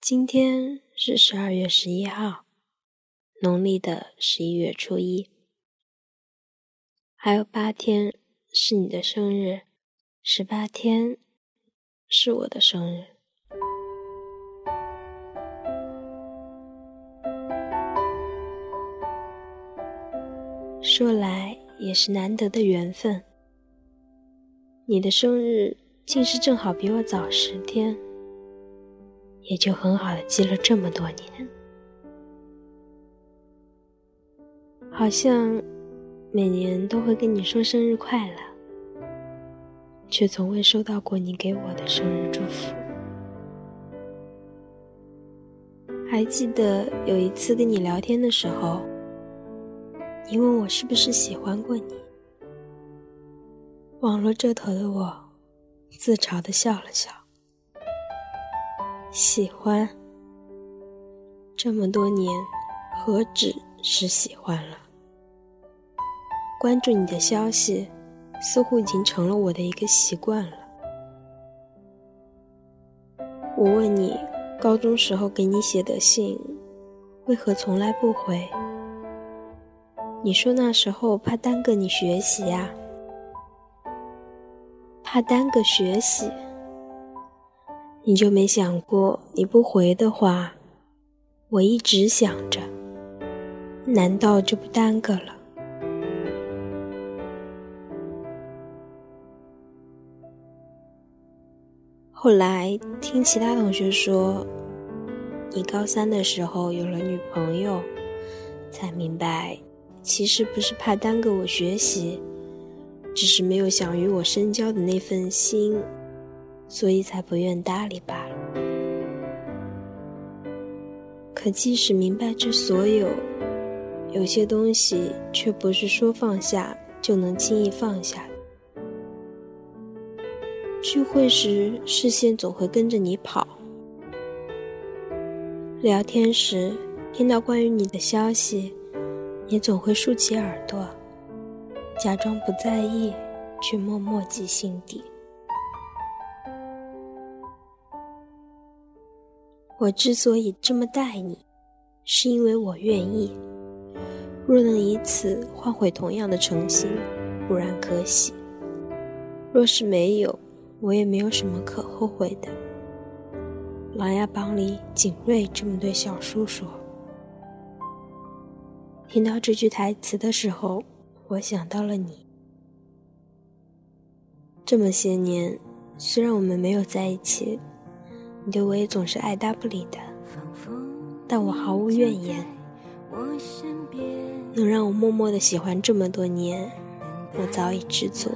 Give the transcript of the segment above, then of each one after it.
今天是12月11号，农历的11月初一，还有8天是你的生日，18天是我的生日。说来也是难得的缘分，你的生日竟是正好比我早10天，也就很好的记了这么多年。好像每年都会跟你说生日快乐，却从未收到过你给我的生日祝福。还记得有一次跟你聊天的时候，你问我是不是喜欢过你。网络这头的我自嘲地笑了笑。喜欢，这么多年何止是喜欢了。关注你的消息似乎已经成了我的一个习惯了。我问你高中时候给你写的信为何从来不回，你说那时候怕耽搁你学习啊。怕耽搁学习，你就没想过你不回的话，我一直想着，难道就不耽搁了？后来听其他同学说，你高3的时候有了女朋友，才明白其实不是怕耽搁我学习，只是没有想与我深交的那份心，所以才不愿搭理罢了。可即使明白这所有，有些东西却不是说放下就能轻易放下的。聚会时视线总会跟着你跑，聊天时听到关于你的消息也总会竖起耳朵，假装不在意，却默默记心底。我之所以这么待你，是因为我愿意，若能以此换回同样的诚心，不然可喜。若是没有，我也没有什么可后悔的。《琅琊榜》里景睿这么对小叔说。听到这句台词的时候，我想到了你。这么些年，虽然我们没有在一起，你对我也总是爱答不理的，但我毫无怨言。能让我默默地喜欢这么多年，我早已知足。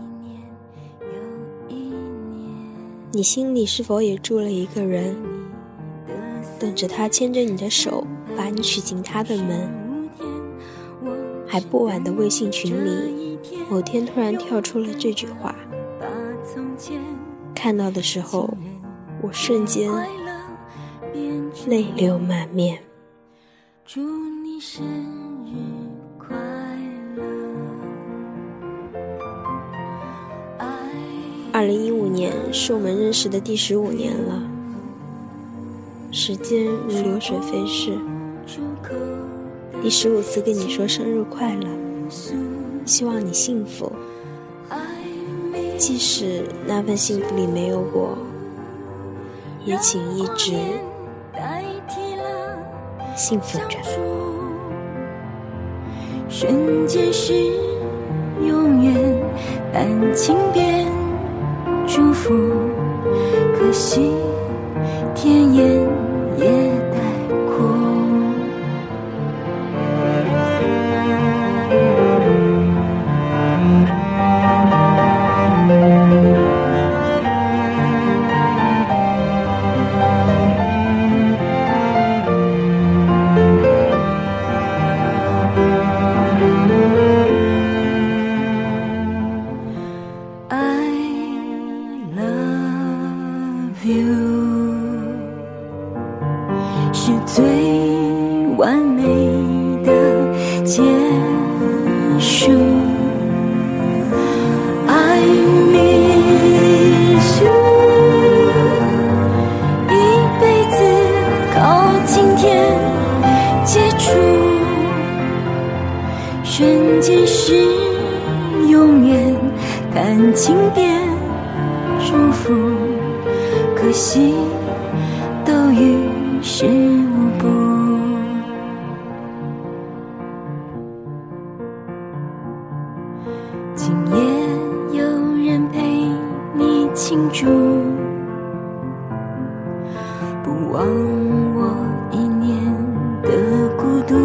你心里是否也住了一个人，等着他牵着你的手，把你娶进他的门？还不晚的微信群里，某天突然跳出了这句话，看到的时候，我瞬间泪流满面。祝你生日快乐。2015年是我们认识的第15年了，时间如流水飞逝。第15次跟你说生日快乐，希望你幸福。即使那份幸福里没有我，也请一直幸福着。 瞬间是永远，但请别祝福，可惜甜言也带哭。是最完美的结束。I miss you， 一辈子感情变祝福，可惜都于事无补。今夜有人陪你庆祝，不忘我一年的孤独，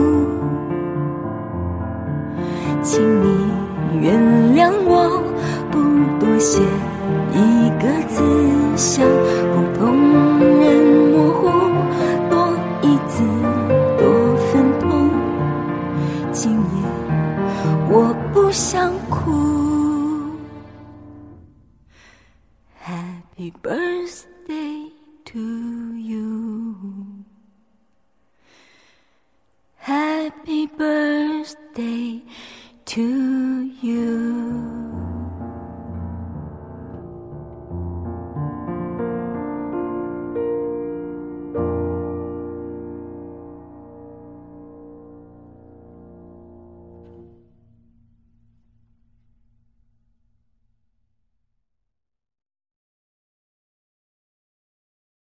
请你原谅我不多写一个字，像普通人模糊，多一字多分痛。今夜我不想哭。 Happy birthday to you. Happy birthday to you.